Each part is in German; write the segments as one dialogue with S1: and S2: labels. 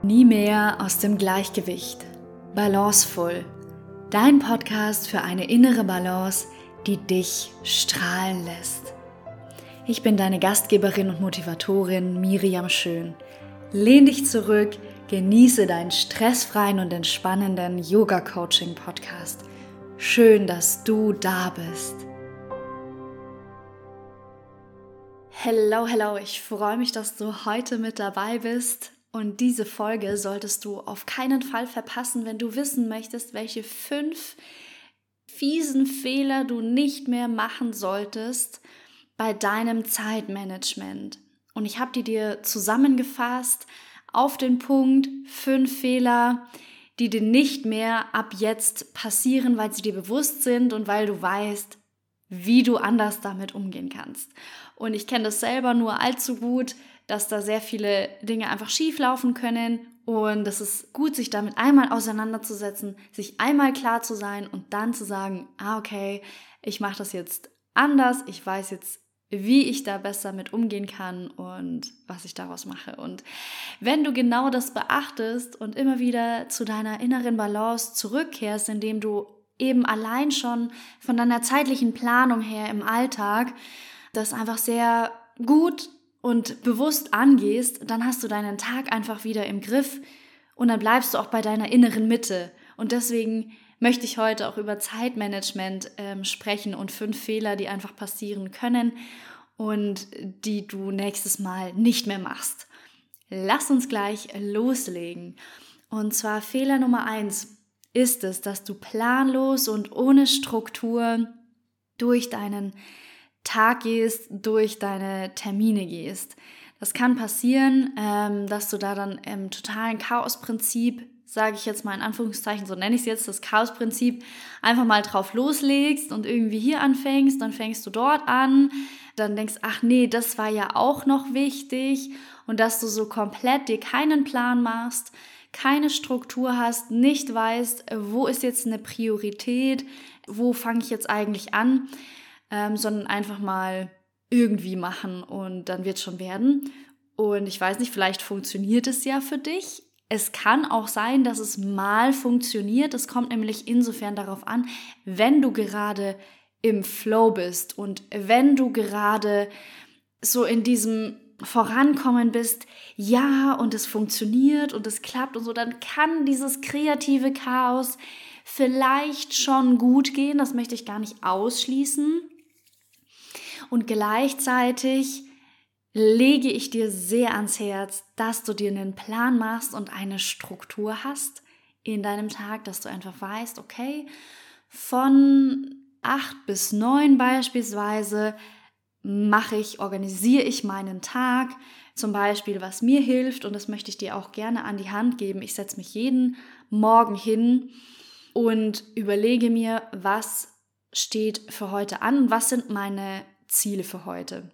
S1: Nie mehr aus dem Gleichgewicht. Balancevoll. Dein Podcast für eine innere Balance, die dich strahlen lässt. Ich bin deine Gastgeberin und Motivatorin Miriam Schön. Lehn dich zurück, genieße deinen stressfreien und entspannenden Yoga-Coaching-Podcast. Schön, dass du da bist. Hello, ich freue mich, dass du heute mit dabei bist. Und diese Folge solltest du auf keinen Fall verpassen, wenn du wissen möchtest, welche 5 fiesen Fehler du nicht mehr machen solltest bei deinem Zeitmanagement. Und ich habe die dir zusammengefasst auf den Punkt 5 Fehler, die dir nicht mehr ab jetzt passieren, weil sie dir bewusst sind und weil du weißt, wie du anders damit umgehen kannst. Und ich kenne das selber nur allzu gut, dass da sehr viele Dinge einfach schief laufen können und es ist gut, sich damit einmal auseinanderzusetzen, sich einmal klar zu sein und dann zu sagen, okay, ich mache das jetzt anders, ich weiß jetzt, wie ich da besser mit umgehen kann und was ich daraus mache. Und wenn du genau das beachtest und immer wieder zu deiner inneren Balance zurückkehrst, indem du eben allein schon von deiner zeitlichen Planung her im Alltag das einfach sehr gut und bewusst angehst, dann hast du deinen Tag einfach wieder im Griff und dann bleibst du auch bei deiner inneren Mitte. Und deswegen möchte ich heute auch über Zeitmanagement sprechen und 5 Fehler, die einfach passieren können und die du nächstes Mal nicht mehr machst. Lass uns gleich loslegen. Und zwar Fehler Nummer 1 ist es, dass du planlos und ohne Struktur durch deinen Tag gehst, durch deine Termine gehst. Das kann passieren, dass du da dann im totalen Chaosprinzip, sage ich jetzt mal in Anführungszeichen, so nenne ich es jetzt, das Chaosprinzip, einfach mal drauf loslegst und irgendwie hier anfängst, dann fängst du dort an, dann denkst, ach nee, das war ja auch noch wichtig und dass du so komplett dir keinen Plan machst, keine Struktur hast, nicht weißt, wo ist jetzt eine Priorität, wo fange ich jetzt eigentlich an, sondern einfach mal irgendwie machen und dann wird es schon werden. Und ich weiß nicht, vielleicht funktioniert es ja für dich. Es kann auch sein, dass es mal funktioniert. Es kommt nämlich insofern darauf an, wenn du gerade im Flow bist und wenn du gerade so in diesem Vorankommen bist, ja, und es funktioniert und es klappt und so, dann kann dieses kreative Chaos vielleicht schon gut gehen. Das möchte ich gar nicht ausschließen. Und gleichzeitig lege ich dir sehr ans Herz, dass du dir einen Plan machst und eine Struktur hast in deinem Tag, dass du einfach weißt, okay, von 8 bis 9 beispielsweise organisiere ich meinen Tag, zum Beispiel, was mir hilft, und das möchte ich dir auch gerne an die Hand geben. Ich setze mich jeden Morgen hin und überlege mir, was steht für heute an und was sind meine Ziele für heute.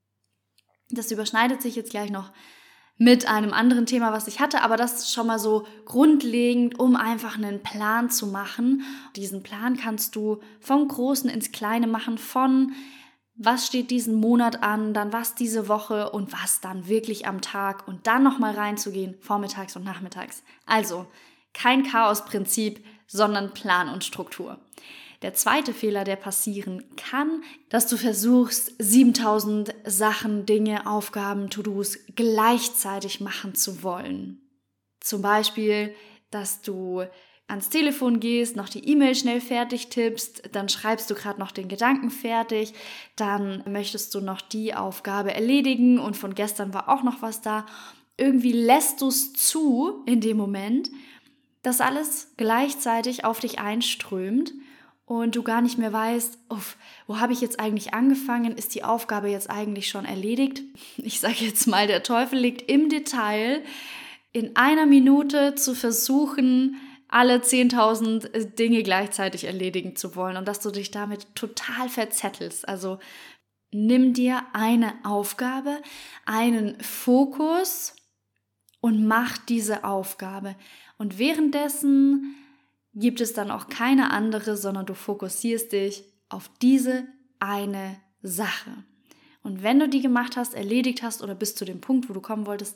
S1: Das überschneidet sich jetzt gleich noch mit einem anderen Thema, was ich hatte, aber das ist schon mal so grundlegend, um einfach einen Plan zu machen. Diesen Plan kannst du vom Großen ins Kleine machen, von was steht diesen Monat an, dann was diese Woche und was dann wirklich am Tag und dann nochmal reinzugehen, vormittags und nachmittags. Also kein Chaosprinzip, sondern Plan und Struktur. Der zweite Fehler, der passieren kann, dass du versuchst, 7000 Sachen, Dinge, Aufgaben, To-Dos gleichzeitig machen zu wollen. Zum Beispiel, dass du ans Telefon gehst, noch die E-Mail schnell fertig tippst, dann schreibst du gerade noch den Gedanken fertig, dann möchtest du noch die Aufgabe erledigen und von gestern war auch noch was da. Irgendwie lässt du es zu in dem Moment, dass alles gleichzeitig auf dich einströmt und du gar nicht mehr weißt, wo habe ich jetzt eigentlich angefangen? Ist die Aufgabe jetzt eigentlich schon erledigt? Ich sage jetzt mal, der Teufel liegt im Detail, in einer Minute zu versuchen, alle 10.000 Dinge gleichzeitig erledigen zu wollen und dass du dich damit total verzettelst. Also nimm dir eine Aufgabe, einen Fokus und mach diese Aufgabe. Und währenddessen gibt es dann auch keine andere, sondern du fokussierst dich auf diese eine Sache. Und wenn du die gemacht hast, erledigt hast oder bis zu dem Punkt, wo du kommen wolltest,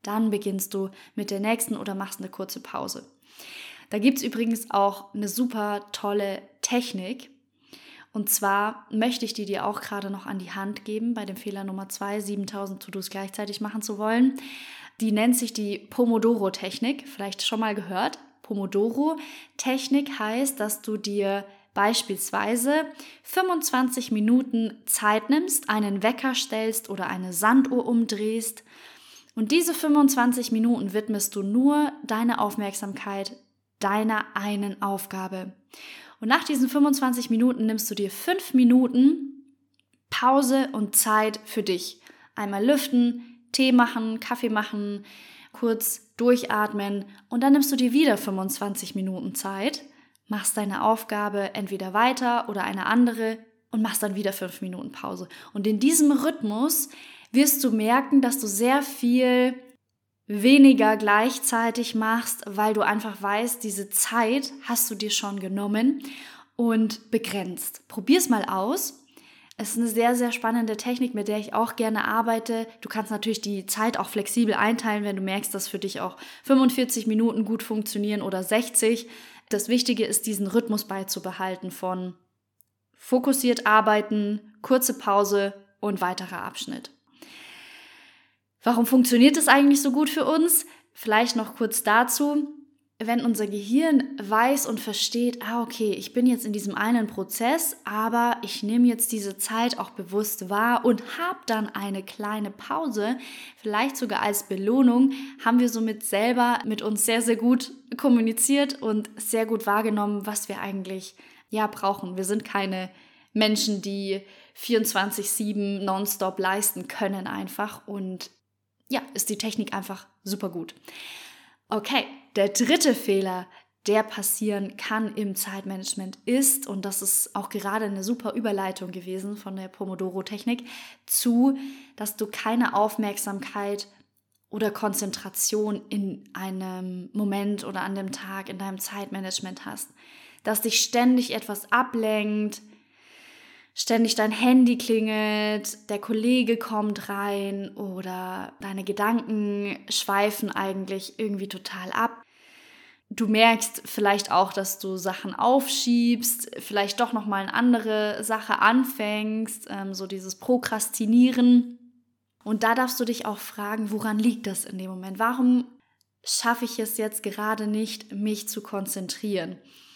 S1: Dann beginnst du mit der nächsten oder machst eine kurze Pause. Da gibt es übrigens auch eine super tolle Technik. Und zwar möchte ich die dir auch gerade noch an die Hand geben, bei dem Fehler Nummer 2, 7000 To-Dos gleichzeitig machen zu wollen. Die nennt sich die Pomodoro-Technik, vielleicht schon mal gehört. Pomodoro-Technik heißt, dass du dir beispielsweise 25 Minuten Zeit nimmst, einen Wecker stellst oder eine Sanduhr umdrehst. Und diese 25 Minuten widmest du nur deine Aufmerksamkeit deiner einen Aufgabe. Und nach diesen 25 Minuten nimmst du dir 5 Minuten Pause und Zeit für dich. Einmal lüften, Tee machen, Kaffee machen, kurz durchatmen und dann nimmst du dir wieder 25 Minuten Zeit, machst deine Aufgabe entweder weiter oder eine andere und machst dann wieder 5 Minuten Pause. Und in diesem Rhythmus wirst du merken, dass du sehr viel weniger gleichzeitig machst, weil du einfach weißt, diese Zeit hast du dir schon genommen und begrenzt. Probier's mal aus. Es ist eine sehr, sehr spannende Technik, mit der ich auch gerne arbeite. Du kannst natürlich die Zeit auch flexibel einteilen, wenn du merkst, dass für dich auch 45 Minuten gut funktionieren oder 60. Das Wichtige ist, diesen Rhythmus beizubehalten von fokussiert arbeiten, kurze Pause und weiterer Abschnitt. Warum funktioniert es eigentlich so gut für uns? Vielleicht noch kurz dazu. Wenn unser Gehirn weiß und versteht, okay, ich bin jetzt in diesem einen Prozess, aber ich nehme jetzt diese Zeit auch bewusst wahr und habe dann eine kleine Pause, vielleicht sogar als Belohnung, haben wir somit selber mit uns sehr, sehr gut kommuniziert und sehr gut wahrgenommen, was wir eigentlich brauchen. Wir sind keine Menschen, die 24/7 nonstop leisten können einfach und ist die Technik einfach super gut. Okay, der dritte Fehler, der passieren kann im Zeitmanagement ist, und das ist auch gerade eine super Überleitung gewesen von der Pomodoro-Technik, dass du keine Aufmerksamkeit oder Konzentration in einem Moment oder an dem Tag in deinem Zeitmanagement hast. Dass dich ständig etwas ablenkt, ständig dein Handy klingelt, der Kollege kommt rein oder deine Gedanken schweifen eigentlich irgendwie total ab. Du merkst vielleicht auch, dass du Sachen aufschiebst, vielleicht doch nochmal eine andere Sache anfängst, so dieses Prokrastinieren. Und da darfst du dich auch fragen, woran liegt das in dem Moment? Warum schaffe ich es jetzt gerade nicht, mich zu konzentrieren?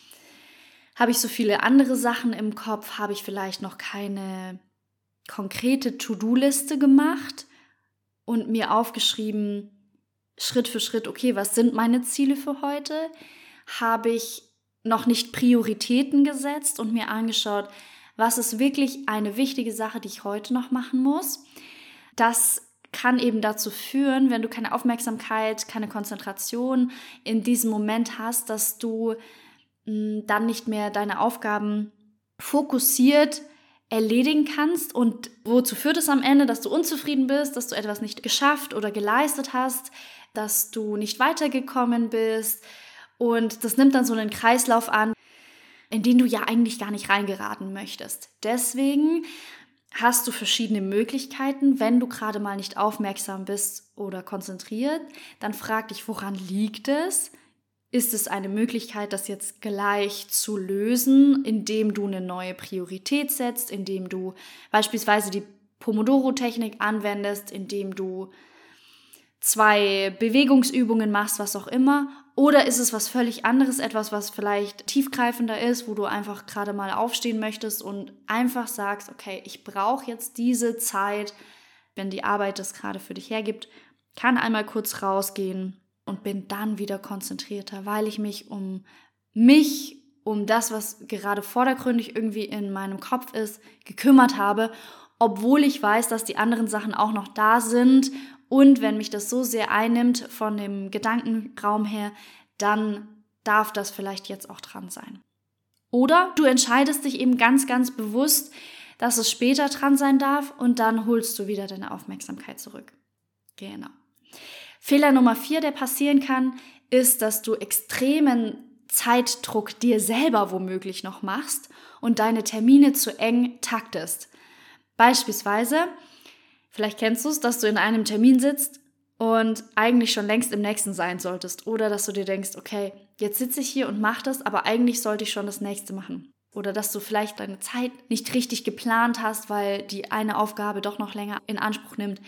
S1: Habe ich so viele andere Sachen im Kopf? Habe ich vielleicht noch keine konkrete To-Do-Liste gemacht und mir aufgeschrieben, Schritt für Schritt, okay, was sind meine Ziele für heute? Habe ich noch nicht Prioritäten gesetzt und mir angeschaut, was ist wirklich eine wichtige Sache, die ich heute noch machen muss? Das kann eben dazu führen, wenn du keine Aufmerksamkeit, keine Konzentration in diesem Moment hast, dass du dann nicht mehr deine Aufgaben fokussiert erledigen kannst. Und wozu führt es am Ende, dass du unzufrieden bist, dass du etwas nicht geschafft oder geleistet hast, dass du nicht weitergekommen bist. Und das nimmt dann so einen Kreislauf an, in den du ja eigentlich gar nicht reingeraten möchtest. Deswegen hast du verschiedene Möglichkeiten. Wenn du gerade mal nicht aufmerksam bist oder konzentriert, dann frag dich, woran liegt es? Ist es eine Möglichkeit, das jetzt gleich zu lösen, indem du eine neue Priorität setzt, indem du beispielsweise die Pomodoro-Technik anwendest, indem du 2 Bewegungsübungen machst, was auch immer? Oder ist es was völlig anderes, etwas, was vielleicht tiefgreifender ist, wo du einfach gerade mal aufstehen möchtest und einfach sagst, okay, ich brauche jetzt diese Zeit, wenn die Arbeit das gerade für dich hergibt, kann einmal kurz rausgehen und bin dann wieder konzentrierter, weil ich mich um das, was gerade vordergründig irgendwie in meinem Kopf ist, gekümmert habe, obwohl ich weiß, dass die anderen Sachen auch noch da sind. Und wenn mich das so sehr einnimmt von dem Gedankenraum her, dann darf das vielleicht jetzt auch dran sein. Oder du entscheidest dich eben ganz, ganz bewusst, dass es später dran sein darf und dann holst du wieder deine Aufmerksamkeit zurück. Genau. Fehler Nummer 4, der passieren kann, ist, dass du extremen Zeitdruck dir selber womöglich noch machst und deine Termine zu eng taktest. Beispielsweise, vielleicht kennst du es, dass du in einem Termin sitzt und eigentlich schon längst im nächsten sein solltest. Oder dass du dir denkst, okay, jetzt sitze ich hier und mache das, aber eigentlich sollte ich schon das nächste machen. Oder dass du vielleicht deine Zeit nicht richtig geplant hast, weil die eine Aufgabe doch noch länger in Anspruch nimmt,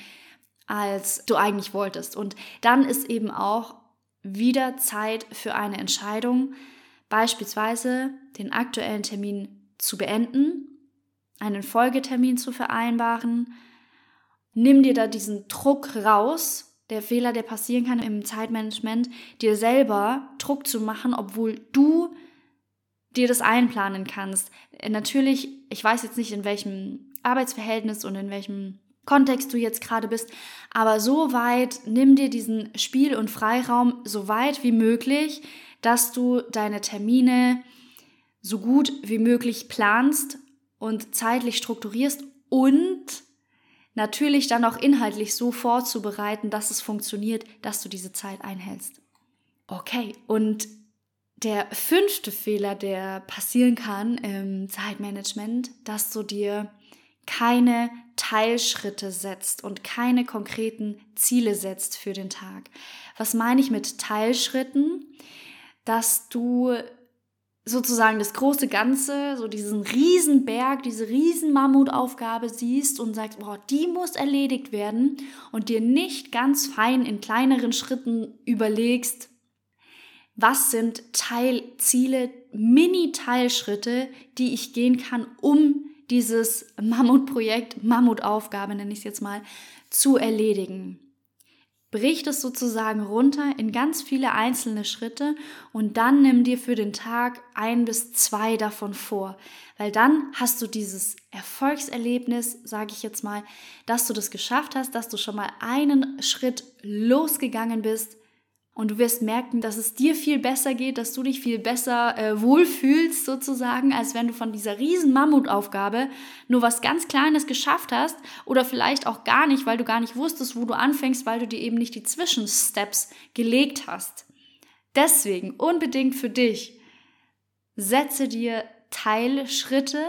S1: als du eigentlich wolltest. Und dann ist eben auch wieder Zeit für eine Entscheidung, beispielsweise den aktuellen Termin zu beenden, einen Folgetermin zu vereinbaren. Nimm dir da diesen Druck raus, der Fehler, der passieren kann im Zeitmanagement, dir selber Druck zu machen, obwohl du dir das einplanen kannst. Natürlich, ich weiß jetzt nicht, in welchem Arbeitsverhältnis und in welchem Kontext du jetzt gerade bist, aber so weit nimm dir diesen Spiel- und Freiraum so weit wie möglich, dass du deine Termine so gut wie möglich planst und zeitlich strukturierst und natürlich dann auch inhaltlich so vorzubereiten, dass es funktioniert, dass du diese Zeit einhältst. Okay, und der 5. Fehler, der passieren kann im Zeitmanagement, dass du dir keine Teilschritte setzt und keine konkreten Ziele setzt für den Tag. Was meine ich mit Teilschritten? Dass du sozusagen das große Ganze, so diesen Riesenberg, diese Riesenmammutaufgabe siehst und sagst, boah, die muss erledigt werden und dir nicht ganz fein in kleineren Schritten überlegst, was sind Teilziele, Mini-Teilschritte, die ich gehen kann, um dieses Mammutprojekt, Mammutaufgabe nenne ich es jetzt mal, zu erledigen. Brich das sozusagen runter in ganz viele einzelne Schritte und dann nimm dir für den Tag 1 bis 2 davon vor. Weil dann hast du dieses Erfolgserlebnis, sage ich jetzt mal, dass du das geschafft hast, dass du schon mal einen Schritt losgegangen bist. Und du wirst merken, dass es dir viel besser geht, dass du dich viel besser wohlfühlst sozusagen, als wenn du von dieser riesen Mammutaufgabe nur was ganz Kleines geschafft hast oder vielleicht auch gar nicht, weil du gar nicht wusstest, wo du anfängst, weil du dir eben nicht die Zwischensteps gelegt hast. Deswegen unbedingt für dich, setze dir Teilschritte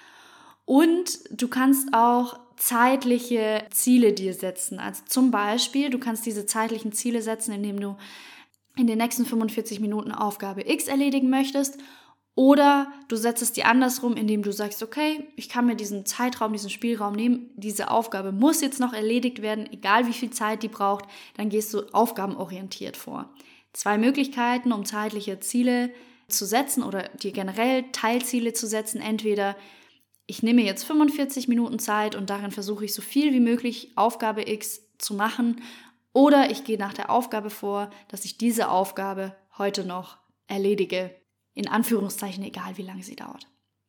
S1: und du kannst auch zeitliche Ziele dir setzen. Also zum Beispiel, du kannst diese zeitlichen Ziele setzen, indem du in den nächsten 45 Minuten Aufgabe X erledigen möchtest, oder du setzt es dir andersrum, indem du sagst, okay, ich kann mir diesen Zeitraum, diesen Spielraum nehmen, diese Aufgabe muss jetzt noch erledigt werden, egal wie viel Zeit die braucht, dann gehst du aufgabenorientiert vor. 2 Möglichkeiten, um zeitliche Ziele zu setzen oder dir generell Teilziele zu setzen, entweder ich nehme jetzt 45 Minuten Zeit und darin versuche ich so viel wie möglich Aufgabe X zu machen, oder ich gehe nach der Aufgabe vor, dass ich diese Aufgabe heute noch erledige. In Anführungszeichen, egal wie lange sie dauert.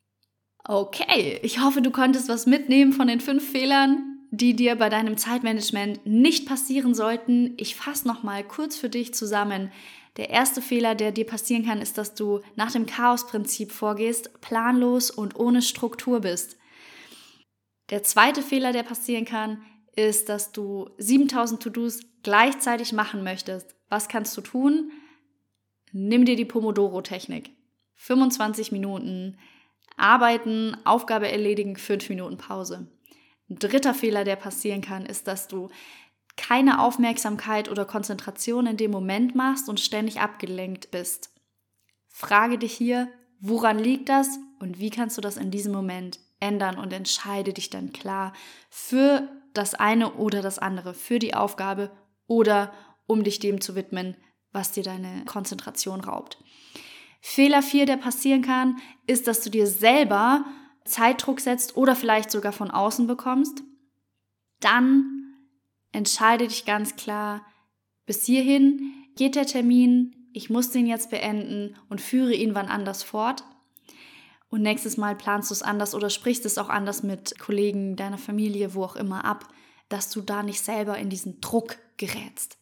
S1: Okay, ich hoffe, du konntest was mitnehmen von den 5 Fehlern, die dir bei deinem Zeitmanagement nicht passieren sollten. Ich fasse nochmal kurz für dich zusammen. Der erste Fehler, der dir passieren kann, ist, dass du nach dem Chaosprinzip vorgehst, planlos und ohne Struktur bist. Der zweite Fehler, der passieren kann, ist, dass du 7000 To-Dos gleichzeitig machen möchtest. Was kannst du tun? Nimm dir die Pomodoro-Technik. 25 Minuten arbeiten, Aufgabe erledigen, 5 Minuten Pause. Ein dritter Fehler, der passieren kann, ist, dass du keine Aufmerksamkeit oder Konzentration in dem Moment machst und ständig abgelenkt bist. Frage dich hier, woran liegt das und wie kannst du das in diesem Moment ändern, und entscheide dich dann klar für das eine oder das andere, für die Aufgabe oder um dich dem zu widmen, was dir deine Konzentration raubt. Fehler 4, der passieren kann, ist, dass du dir selber Zeitdruck setzt oder vielleicht sogar von außen bekommst. Dann entscheide dich ganz klar, bis hierhin geht der Termin, ich muss den jetzt beenden und führe ihn wann anders fort. Und nächstes Mal planst du es anders oder sprichst es auch anders mit Kollegen, deiner Familie, wo auch immer ab, dass du da nicht selber in diesen Druck gerätst.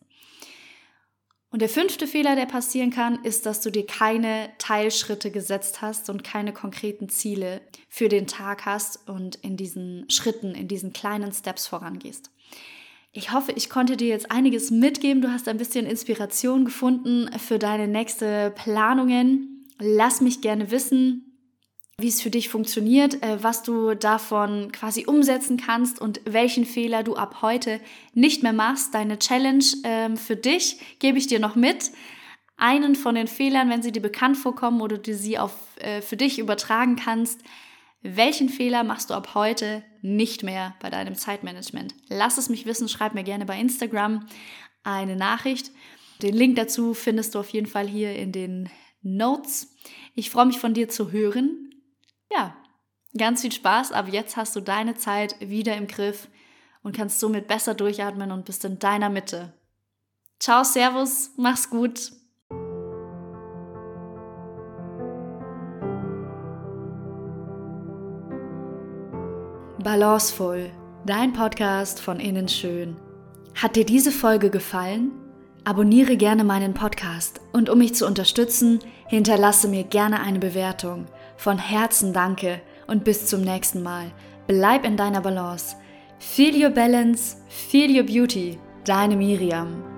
S1: Und der 5. Fehler, der passieren kann, ist, dass du dir keine Teilschritte gesetzt hast und keine konkreten Ziele für den Tag hast und in diesen Schritten, in diesen kleinen Steps vorangehst. Ich hoffe, ich konnte dir jetzt einiges mitgeben. Du hast ein bisschen Inspiration gefunden für deine nächste Planungen. Lass mich gerne wissen, wie es für dich funktioniert, was du davon quasi umsetzen kannst und welchen Fehler du ab heute nicht mehr machst. Deine Challenge für dich gebe ich dir noch mit. Einen von den Fehlern, wenn sie dir bekannt vorkommen oder du sie für dich übertragen kannst, welchen Fehler machst du ab heute nicht mehr bei deinem Zeitmanagement? Lass es mich wissen, schreib mir gerne bei Instagram eine Nachricht. Den Link dazu findest du auf jeden Fall hier in den Notes. Ich freue mich von dir zu hören. Ja, ganz viel Spaß. Ab jetzt hast du deine Zeit wieder im Griff und kannst somit besser durchatmen und bist in deiner Mitte. Ciao, Servus, mach's gut. Balancevoll, dein Podcast von innen schön. Hat dir diese Folge gefallen? Abonniere gerne meinen Podcast und um mich zu unterstützen, hinterlasse mir gerne eine Bewertung. Von Herzen danke und bis zum nächsten Mal. Bleib in deiner Balance. Feel your balance, feel your beauty. Deine Miriam.